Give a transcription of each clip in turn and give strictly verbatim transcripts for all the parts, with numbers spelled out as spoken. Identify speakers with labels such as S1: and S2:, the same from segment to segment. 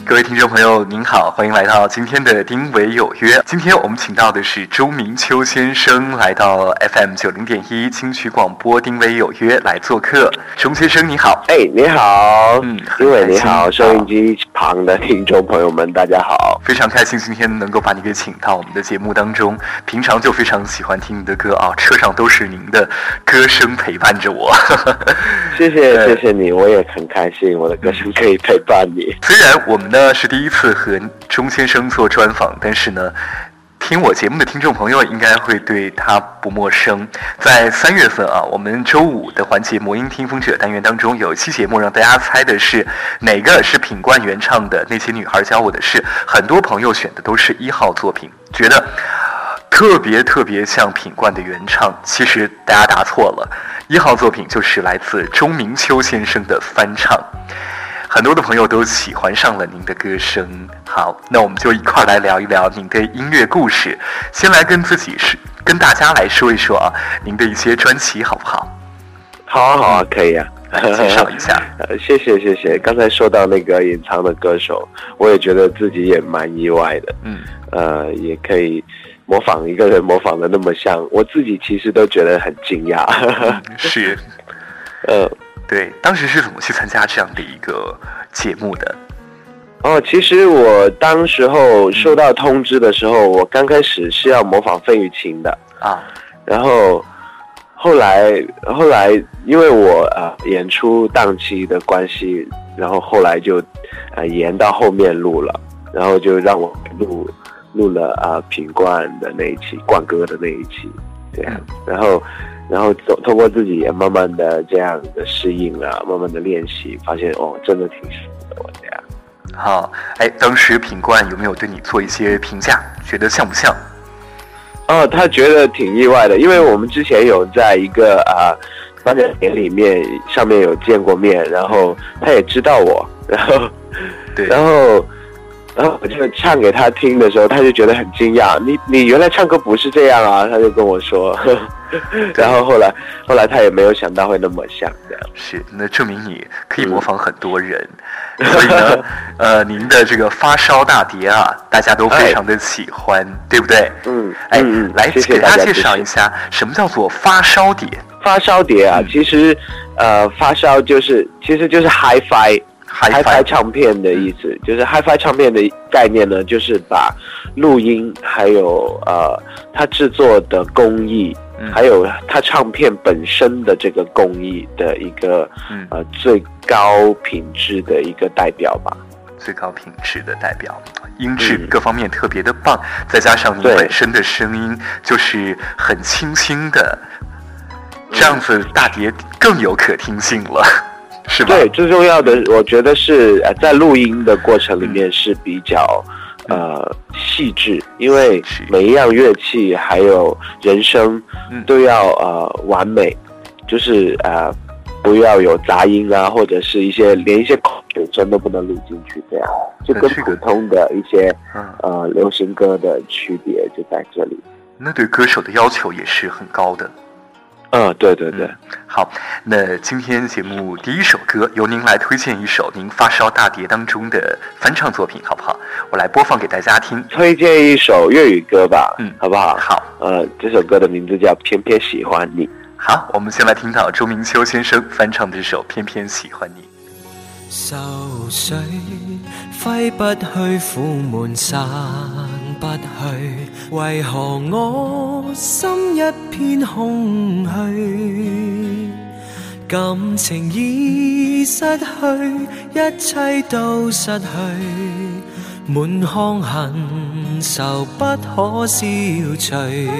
S1: 各位听众朋友您好，欢迎来到今天的丁伟有约。今天我们请到的是周明秋先生，来到 F M 九零点一金曲广播丁伟有约来做客。周先生你好。
S2: 哎、欸，你好。嗯，丁伟你好，收音机旁的听众朋友们大家好。
S1: 非常开心今天能够把你给请到我们的节目当中，平常就非常喜欢听你的歌啊，车上都是您的歌声陪伴着我。
S2: 谢谢谢谢你，我也很开心我的歌声可以陪伴你。
S1: 虽然我们呢是第一次和钟先生做专访，但是呢听我节目的听众朋友应该会对他不陌生。在三月份啊，我们周五的环节魔音听风者单元当中，有一期节目让大家猜的是哪个是品冠原唱的那些女孩教我的事，很多朋友选的都是一号作品，觉得特别特别像品冠的原唱。其实大家答错了，一号作品就是来自钟明秋先生的翻唱。很多的朋友都喜欢上了您的歌声。好，那我们就一块来聊一聊您的音乐故事。先来跟自己是跟大家来说一说啊，您的一些专辑好不好？
S2: 好啊好啊，可以啊，
S1: 来介绍一下。
S2: 呃，谢谢谢谢。刚才说到那个演唱的歌手，我也觉得自己也蛮意外的。嗯，呃，也可以模仿一个人模仿的那么像，我自己其实都觉得很惊讶。
S1: 嗯、是，呃。对，当时是怎么去参加这样的一个节目的？
S2: 哦，其实我当时候收到通知的时候，我刚开始是要模仿费玉清的啊，然后后来后来因为我呃演出档期的关系，然后后来就呃延到后面录了，然后就让我录录了啊、呃、品冠的那一期，冠歌的那一期，这样，然后。然后通过自己也慢慢的这样的适应啊，慢慢的练习，发现哦，真的挺适合我这样。
S1: 好，哎，当时品冠有没有对你做一些评价？觉得像不像？
S2: 哦，他觉得挺意外的，因为我们之前有在一个啊颁奖典礼里面上面有见过面，然后他也知道我，然后
S1: 对，
S2: 然后。然后我就唱给他听的时候，他就觉得很惊讶，你你原来唱歌不是这样啊，他就跟我说，然后后来后来他也没有想到会那么像这样。
S1: 是，那证明你可以模仿很多人，嗯、所以呢，呃，您的这个发烧大碟啊，大家都非常的喜欢，哎、对不对？嗯，哎，
S2: 嗯
S1: 来
S2: 谢谢
S1: 给大家介绍一下什么叫做发烧碟。
S2: 发烧碟啊，嗯、其实呃，发烧就是其实就是 Hi-Fi。Hi-Fi 唱片的意思、嗯、就是 Hi-Fi 唱片的概念呢，就是把录音还有呃它制作的工艺、嗯，还有它唱片本身的这个工艺的一个、嗯、呃最高品质的一个代表吧。
S1: 最高品质的代表，音质各方面特别的棒，嗯、再加上你本身的声音就是很清新的，这样子大碟更有可听性了。是吧？
S2: 对，最重要的，我觉得是呃，在录音的过程里面是比较、嗯、呃细致，因为每一样乐器还有人声都要、嗯、呃完美，就是呃不要有杂音啊，或者是一些连一些口水声都不能录进去，这样就跟普通的一些、嗯、呃流行歌的区别就在这里。
S1: 那对歌手的要求也是很高的。
S2: 嗯，对对对、嗯，
S1: 好，那今天节目第一首歌由您来推荐一首您发烧大碟当中的翻唱作品，好不好？我来播放给大家听。
S2: 推荐一首粤语歌吧，嗯，好不好？
S1: 好，
S2: 呃，这首歌的名字叫《偏偏喜欢你》。
S1: 好，我们先来听到周明秋先生翻唱的这首《偏偏喜欢你》。
S3: 愁緒揮不去，苦悶散不去，為何我心一片空虛？感情已失去，一切都失去，滿腔恨愁不可消除。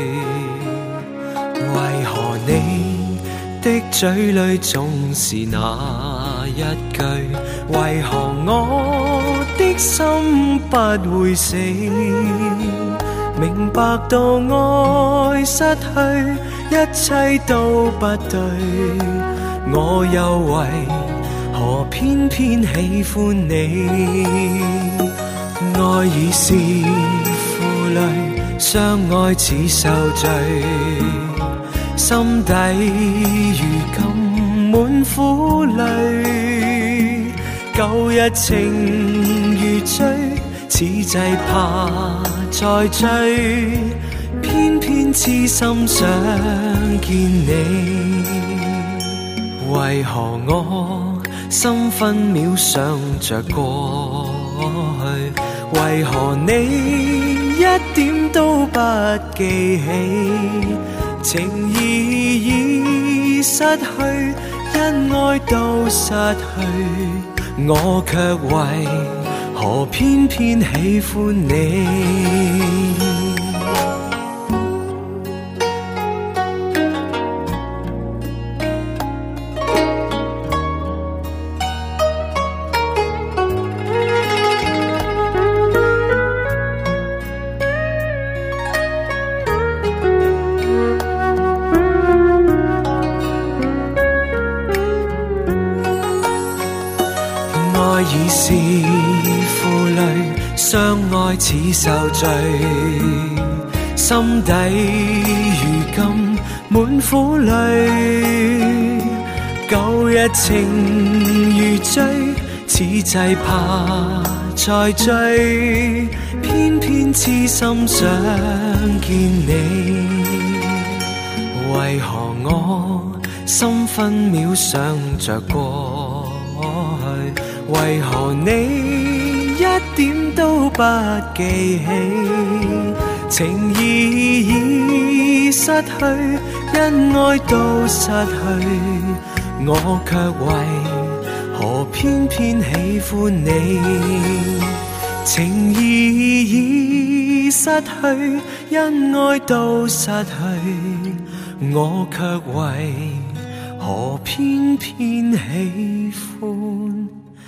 S3: 為何你的嘴裡總是那一句？為何我的心不會死？明白到愛失去，一切都不對，我又為何偏偏喜歡你？愛已是負累，相愛似受罪，心底如今滿苦淚，舊日情如追，此際怕再追，偏偏痴心想見你。為何我心分秒想着過去？為何你一點都不記起？情意已失去，因愛都失去，我卻為何偏偏喜歡你？已是負累，相愛似受罪，心底如今滿苦淚。舊日情如醉，此際怕再追，偏偏痴心想見你。為何我心分秒想着過去？為何你一點都不記起？情意已失去，因愛都失去，我卻為何偏偏喜歡你？情意已失去，因愛都失去，我卻為何偏偏喜歡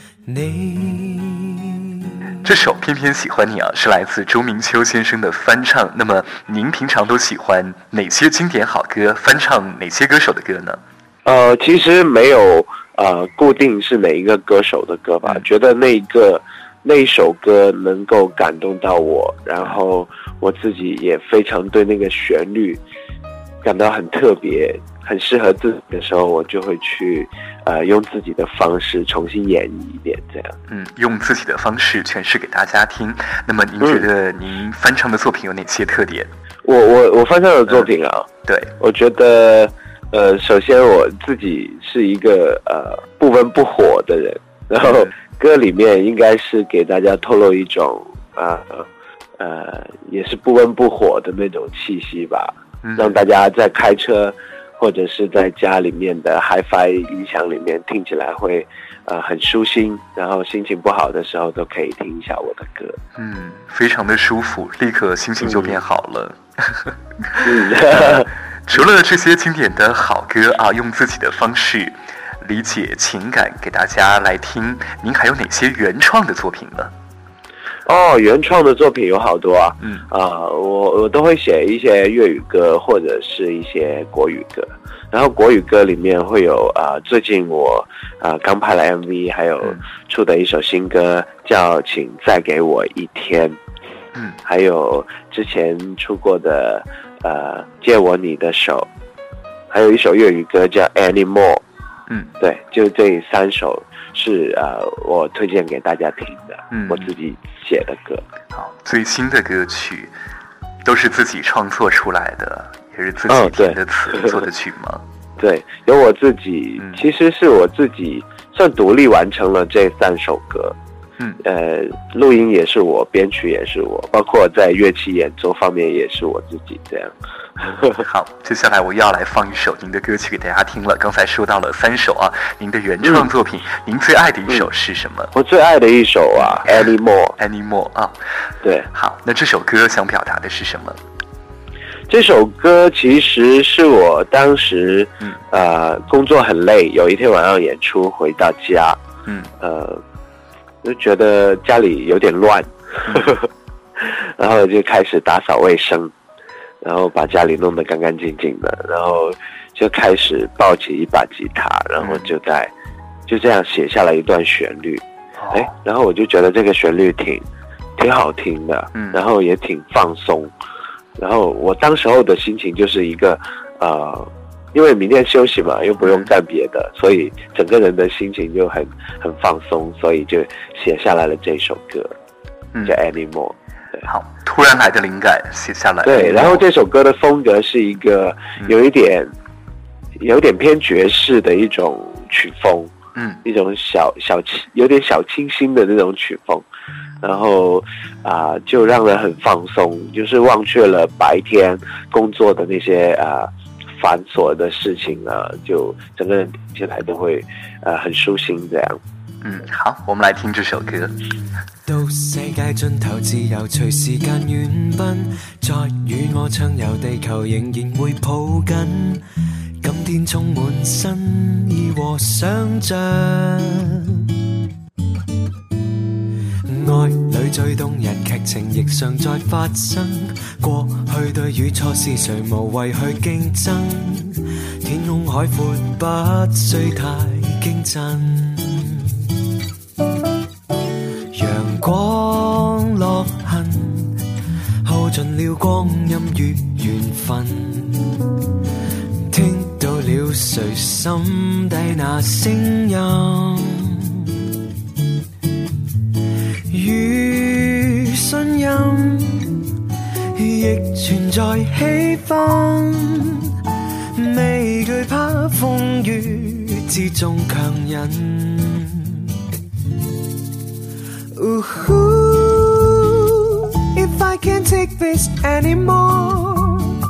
S3: 你。
S1: 这首《偏偏喜欢你》啊，是来自周明秋先生的翻唱。那么您平常都喜欢哪些经典好歌？翻唱哪些歌手的歌呢？
S2: 呃，其实没有呃固定是哪一个歌手的歌吧，嗯、觉得那一个那一首歌能够感动到我，然后我自己也非常对那个旋律感到很特别。很适合自己的时候，我就会去，呃，用自己的方式重新演绎一遍，这样。
S1: 嗯，用自己的方式诠释给大家听。那么，您觉得您翻唱的作品有哪些特点？
S2: 我我我翻唱的作品啊，嗯、
S1: 对，
S2: 我觉得，呃，首先我自己是一个呃不温不火的人，然后歌里面应该是给大家透露一种啊 呃, 呃也是不温不火的那种气息吧，嗯、让大家在开车。或者是在家里面的 Hi-Fi 音响里面听起来会呃很舒心，然后心情不好的时候都可以听一下我的歌。
S1: 嗯，非常的舒服，立刻心情就变好了。
S2: 嗯
S1: 呃、除了这些经典的好歌啊，用自己的方式理解情感给大家来听，您还有哪些原创的作品呢？
S2: 哦，原创的作品有好多啊，嗯啊、呃，我我都会写一些粤语歌或者是一些国语歌，然后国语歌里面会有啊、呃，最近我啊、呃、刚拍了 M V， 还有出的一首新歌叫《请再给我一天》，嗯，还有之前出过的呃借我你的手，还有一首粤语歌叫 Anymore， 嗯，对，就这三首是呃我推荐给大家听的，嗯，我自己写的歌。
S1: 好，最新的歌曲都是自己创作出来的，也是自己填的词、哦、做的曲吗？
S2: 对，有我自己、嗯，其实是我自己算独立完成了这三首歌。嗯，呃，录音也是我，编曲也是我，包括在乐器演奏方面也是我自己这样。
S1: 好，接下来我要来放一首您的歌曲给大家听了。刚才说到了三首啊，您的原创作品，嗯、您最爱的一首是什么？
S2: 嗯、我最爱的一首啊 ，Anymore，Anymore
S1: Anymore 啊，
S2: 对。
S1: 好，那这首歌想表达的是什么？
S2: 这首歌其实是我当时，嗯，呃，工作很累，有一天晚上演出回到家，嗯，呃。就觉得家里有点乱，嗯、然后就开始打扫卫生，然后把家里弄得干干净净的，然后就开始抱起一把吉他，然后就在、嗯、就这样写下了一段旋律，哎、哦，然后我就觉得这个旋律挺挺好听的，嗯，然后也挺放松，然后我当时候的心情就是一个呃。因为明天休息嘛，又不用干别的，所以整个人的心情就很很放松，所以就写下来了这首歌。 叫 Anymore。
S1: 好，突然来的灵感写下来。
S2: 对，然后这首歌的风格是一个有一点、嗯、有点偏爵士的一种曲风，嗯，一种小小有点小清新的那种曲风，然后啊、呃，就让人很放松，就是忘却了白天工作的那些啊、呃、繁琐的事情啊，就整个人听起來都會呃很舒心這樣。
S1: 嗯，好，我們來聽這首歌。
S3: 到世界盡頭自由隨時間遠奔，再與我暢遊地球仍然會抱緊，今天充滿新意和想像，愛裏最動人劇情亦常在發生，過去對與錯是誰無謂去競爭，天空海闊不需太驚震，陽光落痕耗盡了光陰與緣分，聽到了誰心底那聲音，與信任亦存在氣氛，未懼怕風雨之中強忍。Ooh, if I can't take this anymore，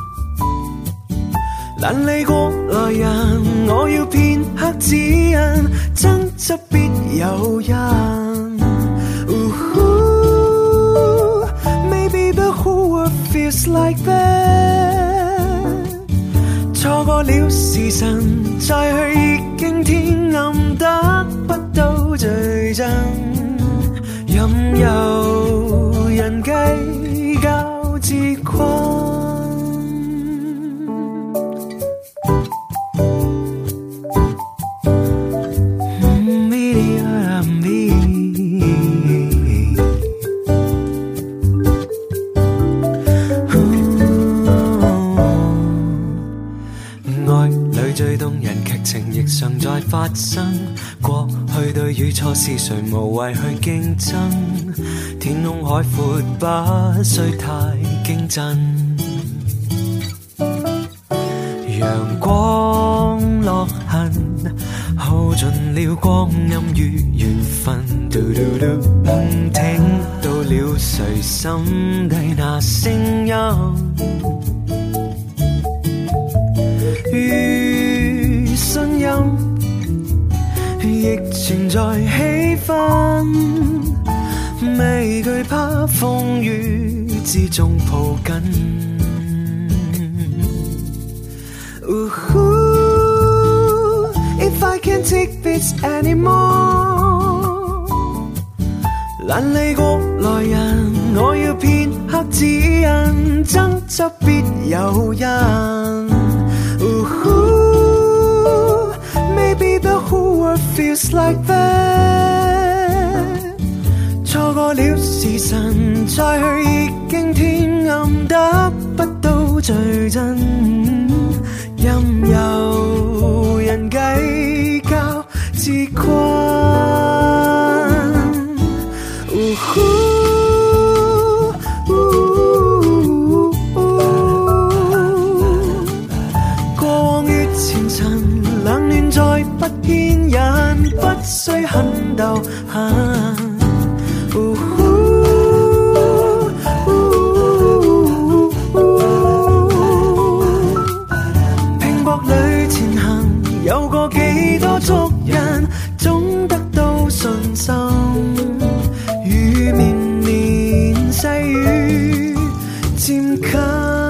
S3: 難離過來人，我要片刻指引，爭執必有因。Ooh, maybe the whole world feels like that， 錯過了時辰，再去已經天暗，得不到最真。任由人計較自困。愛裏最動人劇情亦常在發生，過去對與錯是誰無謂去競爭，天空海闊不需太驚震，陽光落痕耗盡了光陰與緣分，嘟嘟嘟聽到了誰心底那聲音，與信任亦存在氣氛，未懼怕風雨之中抱緊。Ooh, if I can't take this anymore， 難離過來人，我要片刻指引，爭執必有因。Ooh, maybe the whole world feels like that， 錯過了時辰，再去已經天暗，得不到最真。任由人計較自困。過往越前塵，冷暖再不牽引，不需很鬥狠。有過幾多足印，總得到信心，與綿綿細雨漸近。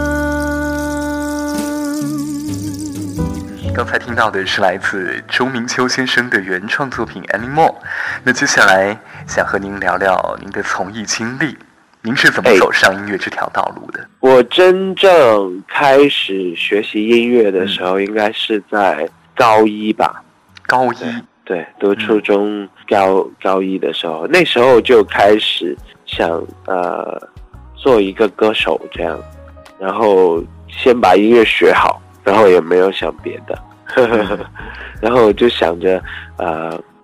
S1: 剛才聽到的是來自周明秋先生的原創作品 Anymore。 那接下來想和您聊聊您的從藝經歷，您是怎麼走上音樂這條道路的？
S2: 我真正開始學習音樂的時候，應該是在高一吧，
S1: 高一
S2: 對, 對，讀初中高、嗯、高一的時候，那時候就開始想呃做一個歌手這樣，然後先把音樂學好，然後也沒有想別的，然後就想着呃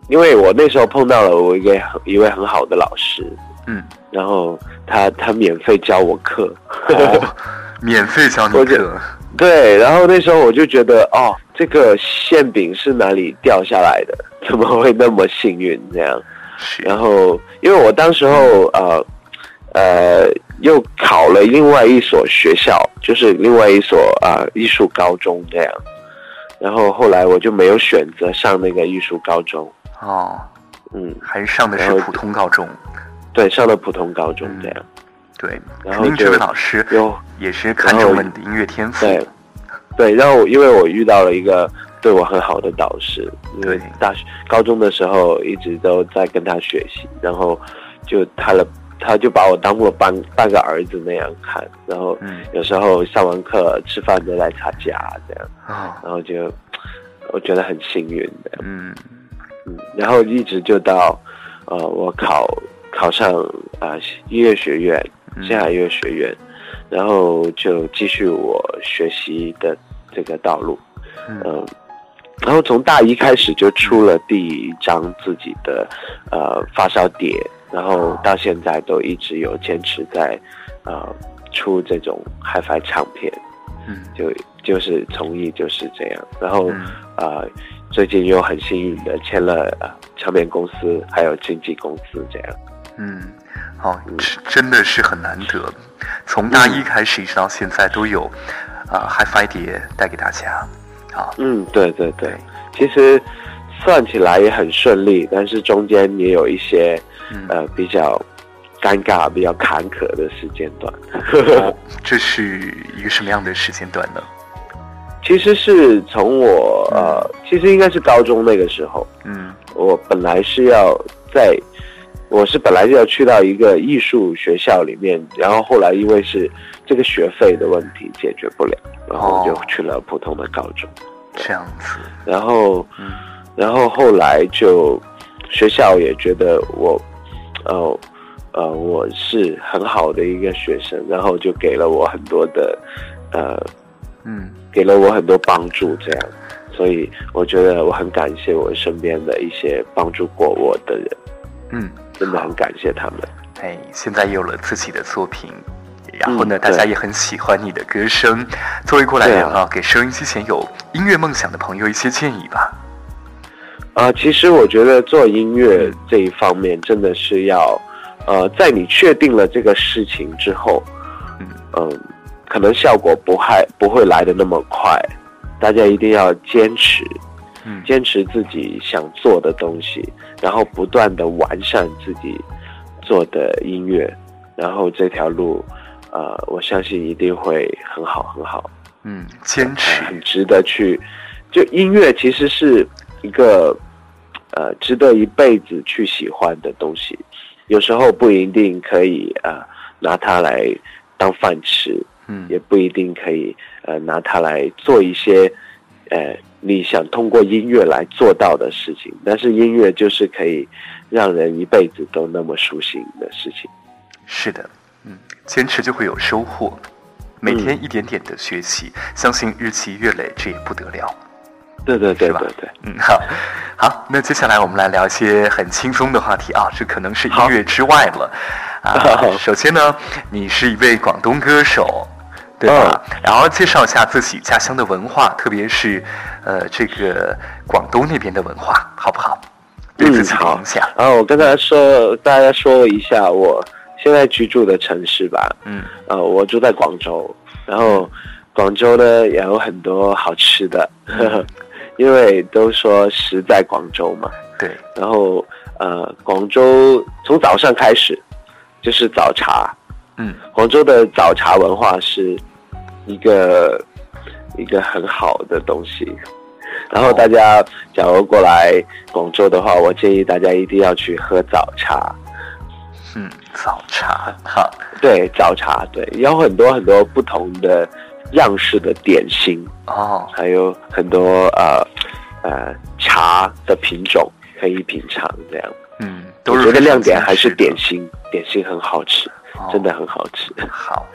S2: 因为我那时候碰到了我一个一位很好的老师，嗯，然后他他免费教我课，
S1: 哦，免费教你课，
S2: 对，然后那时候我就觉得，哦，这个馅饼是哪里掉下来的？怎么会那么幸运这样？然后因为我当时候呃呃又考了另外一所学校，就是另外一所啊、呃、艺术高中这样，然后后来我就没有选择上那个艺术高中。
S1: 哦，嗯，还是上的是普通高中，
S2: 对，上了普通高中这样，嗯、
S1: 对，然后这位老师也是看中了你的音乐天赋，
S2: 对，对，然后因为我遇到了一个对我很好的导师，对，大学高中的时候一直都在跟他学习，然后就他了，他就把我当做半半个儿子那样看，然后有时候上完课吃饭都来他家这样，哦、然后就我觉得很幸运的，嗯。嗯，然后一直就到，呃，我考考上啊、呃、音乐学院，西海音乐学院，然后就继续我学习的这个道路，嗯、呃，然后从大一开始就出了第一张自己的呃发烧碟，然后到现在都一直有坚持在呃出这种 Hi-Fi 唱片，嗯，就就是从艺就是这样，然后啊。呃最近又很幸运的签了呃唱片公司，还有经纪公司这样。
S1: 嗯，哦，真的是很难得，从大一开始一直到现在都有啊、呃、Hi-Fi 碟带给大家。啊，
S2: 嗯，对对对，其实算起来也很顺利，但是中间也有一些、嗯、呃比较尴尬、比较坎坷的时间段。
S1: 哦、这是一个什么样的时间段呢？
S2: 其实是从我呃，其实应该是高中那个时候，嗯，我本来是要在，我是本来就要去到一个艺术学校里面，然后后来因为是这个学费的问题解决不了，然后就去了普通的高中，
S1: 这样子，
S2: 然后，嗯，然后后来就学校也觉得我，呃呃，我是很好的一个学生，然后就给了我很多的，呃，嗯。给了我很多帮助，这样，所以我觉得我很感谢我身边的一些帮助过我的人，嗯，真的很感谢他们。
S1: 哎，现在有了自己的作品，然后呢，嗯、大家也很喜欢你的歌声。作为过来人啊，啊给收音机前有音乐梦想的朋友一些建议吧。
S2: 啊、呃，其实我觉得做音乐这一方面真的是要，呃，在你确定了这个事情之后，嗯嗯。呃可能效果不会不会来的那么快，大家一定要坚持，嗯，坚持自己想做的东西，然后不断的完善自己做的音乐，然后这条路，呃，我相信一定会很好很好。
S1: 嗯，坚持、呃、
S2: 很值得去，就音乐其实是一个呃值得一辈子去喜欢的东西，有时候不一定可以呃拿它来当饭吃。嗯，也不一定可以，呃，拿它来做一些，呃，你想通过音乐来做到的事情。但是音乐就是可以让人一辈子都那么舒心的事情。
S1: 是的，嗯，坚持就会有收获，每天一点点的学习，嗯、相信日积月累，这也不得了。
S2: 对对对对对，
S1: 嗯，好，好，那接下来我们来聊一些很轻松的话题啊，这可能是音乐之外了。啊，首先呢，你是一位广东歌手。对吧？嗯、然后介绍一下自己家乡的文化，特别是，呃，这个广东那边的文化，好不好？对自己的影响。
S2: 然后我跟大家说，大家说一下我现在居住的城市吧。嗯。呃，我住在广州，然后广州呢也有很多好吃的，呵呵因为都说食在广州嘛。
S1: 对。
S2: 然后呃，广州从早上开始就是早茶。嗯，广州的早茶文化是一个一个很好的东西，然后大家假如过来广州的话，我建议大家一定要去喝早茶。
S1: 嗯，早茶哈，
S2: 对，早茶对，有很多很多不同的样式的点心哦，还有很多呃呃茶的品种可以品尝，这样。嗯，我觉得亮点还是点心，点心很好吃。真的很好吃，
S1: 好，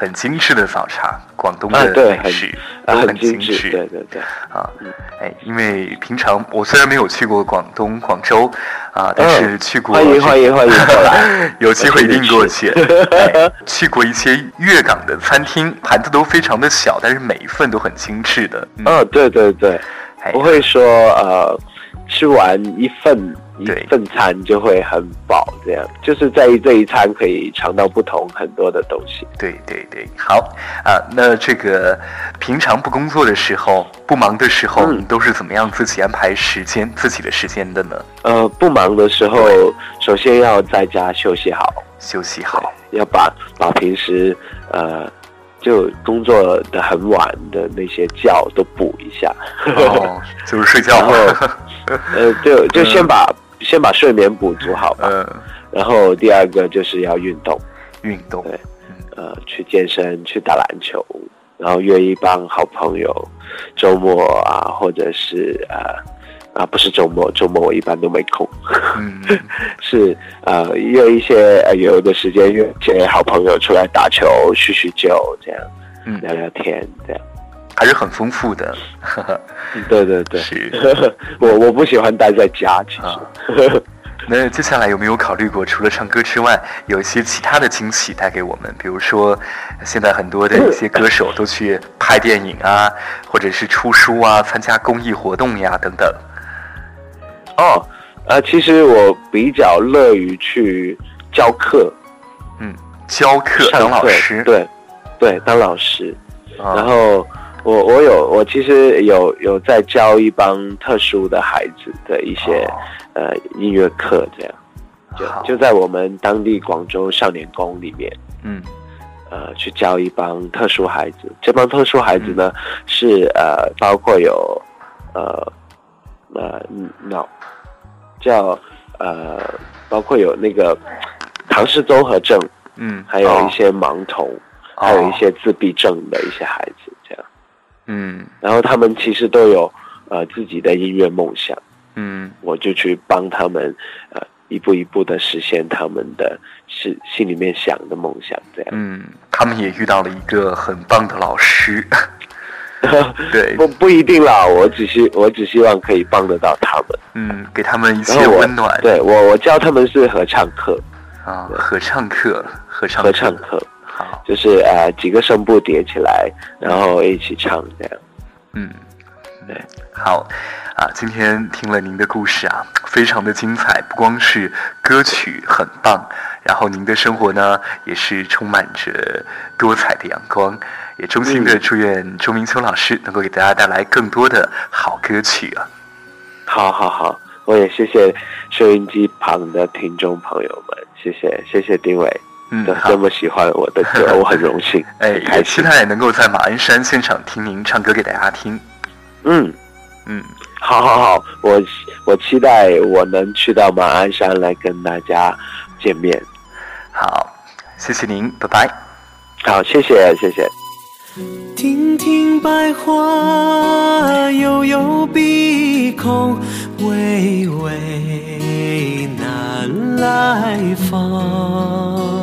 S1: 很精致的早茶，广东的美食、
S2: 啊、
S1: 都
S2: 很
S1: 精致，
S2: 对对对
S1: 啊，哎，因为平常我虽然没有去过广东广州啊，但是去过、
S2: 嗯、欢迎欢迎欢迎过来，
S1: 有机会一定过去。哎，去过一些粤港的餐厅，盘子都非常的小，但是每一份都很精致的。
S2: 嗯，哦、对对对，不会说呃吃完一份。一份餐就会很饱，这样就是在这一餐可以尝到不同很多的东西。
S1: 对对对，好啊，那这个平常不工作的时候，不忙的时候，嗯、你都是怎么样自己安排时间、自己的时间的呢？
S2: 呃，不忙的时候，首先要在家休息好，
S1: 休息好，
S2: 要把把平时呃就工作的很晚的那些觉都补一下。
S1: 哦，就是睡觉。
S2: 然后呃，就就先把。嗯先把睡眠补足好吧，嗯，然后第二个就是要运动，
S1: 运动，
S2: 对，呃，去健身，去打篮球，然后约一帮好朋友，周末啊，或者是呃啊，不是周末，周末我一般都没空，嗯，是呃约一些呃有的时间约一些好朋友出来打球、叙叙旧，这样，嗯，聊聊天，这样。
S1: 还是很丰富的，
S2: 对对对，
S1: 是
S2: 我我不喜欢待在家，其实。啊、
S1: 那接下来有没有考虑过，除了唱歌之外，有一些其他的惊喜带给我们？比如说，现在很多的一些歌手都去拍电影啊，或者是出书啊，参加公益活动呀等等。
S2: 哦，呃，其实我比较乐于去教课，
S1: 嗯，教课当老师，
S2: 对对，当老师，啊、然后。我我有我其实有有在教一帮特殊的孩子的一些、哦、呃音乐课，这样就就在我们当地广州少年宫里面，嗯，呃去教一帮特殊孩子。这帮特殊孩子呢、嗯、是呃包括有呃呃脑叫呃包括有那个唐氏综合症，嗯，还有一些盲童，哦、还有一些自闭症的一些孩子。嗯，然后他们其实都有呃自己的音乐梦想，嗯，我就去帮他们呃一步一步的实现他们的是心里面想的梦想，这样。
S1: 嗯，他们也遇到了一个很棒的老师，对，
S2: 不不一定啦，我只是我只希望可以帮得到他们，
S1: 嗯，给他们一些温暖。
S2: 对我我教他们是合唱课
S1: 啊，合唱课，合唱
S2: 合唱课。好，就是呃几个声部叠起来，然后一起唱这样。
S1: 嗯，对，好啊，今天听了您的故事啊，非常的精彩，不光是歌曲很棒，然后您的生活呢也是充满着多彩的阳光，也衷心的祝愿周明秋老师能够给大家带来更多的好歌曲啊。
S2: 好好好，我也谢谢收音机旁的听众朋友们，谢谢谢谢丁伟。嗯，这么喜欢我的歌，我很荣幸。
S1: 哎，也期待能够在马鞍山现场听您唱歌给大家听。
S2: 嗯嗯，好好好，我我期待我能去到马鞍山来跟大家见面。
S1: 好，谢谢您，拜拜。
S2: 好，谢谢谢谢。
S3: 听听百花悠悠闭口，微微南来放。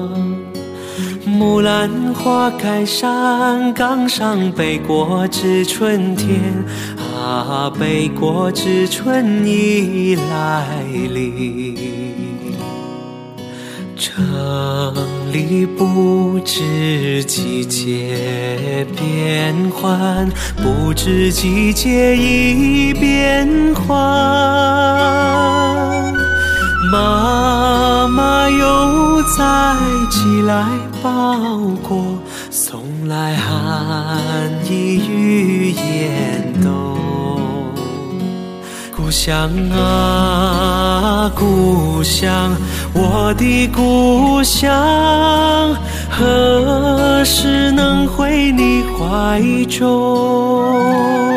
S3: 木兰花开山岗上，北国之春天啊，北国之春已来临。城里不知季节变换，不知季节已变换。妈妈又在寄来包裹，送来寒意与雁斗。故乡啊故乡，我的故乡，何时能回你怀中？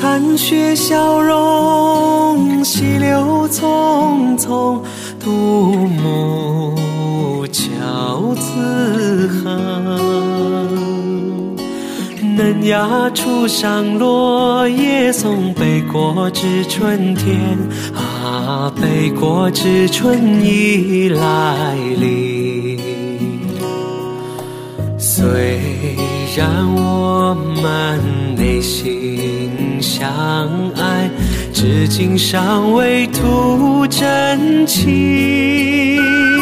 S3: 残雪消融，溪流匆匆，独木桥自横。嫩芽初上落，叶送北国之春天。啊，北国之春已来临。虽然我们内心相爱，至今尚未吐真情。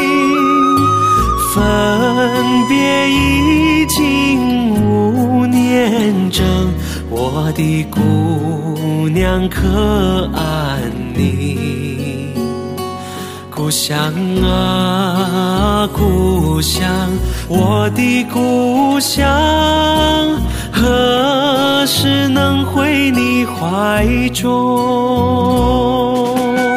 S3: 分别已经五年整，我的姑娘可安宁？故乡啊故乡，我的故乡，何时能回你怀中？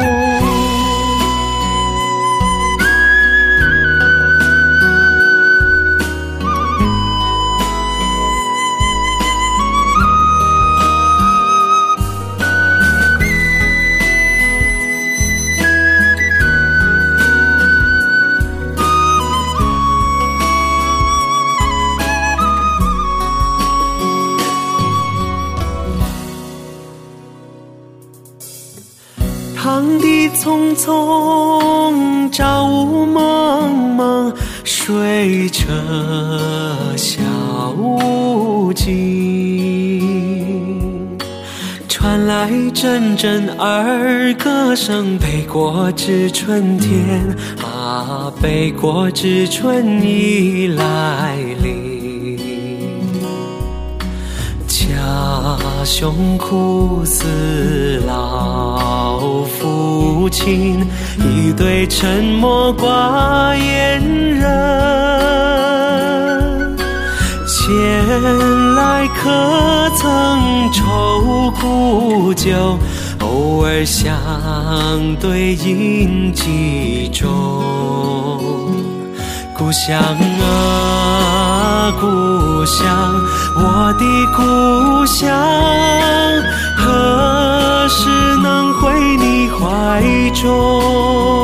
S3: 堂弟匆匆，朝雾蒙蒙，水车小无尽。传来阵阵儿歌声，北国之春天，啊，北国之春已来临。家兄苦思老父亲，一对沉默寡言人。前来可曾愁苦酒，偶尔相对饮几盅。故乡啊故乡，我的故乡，何时能回你怀中？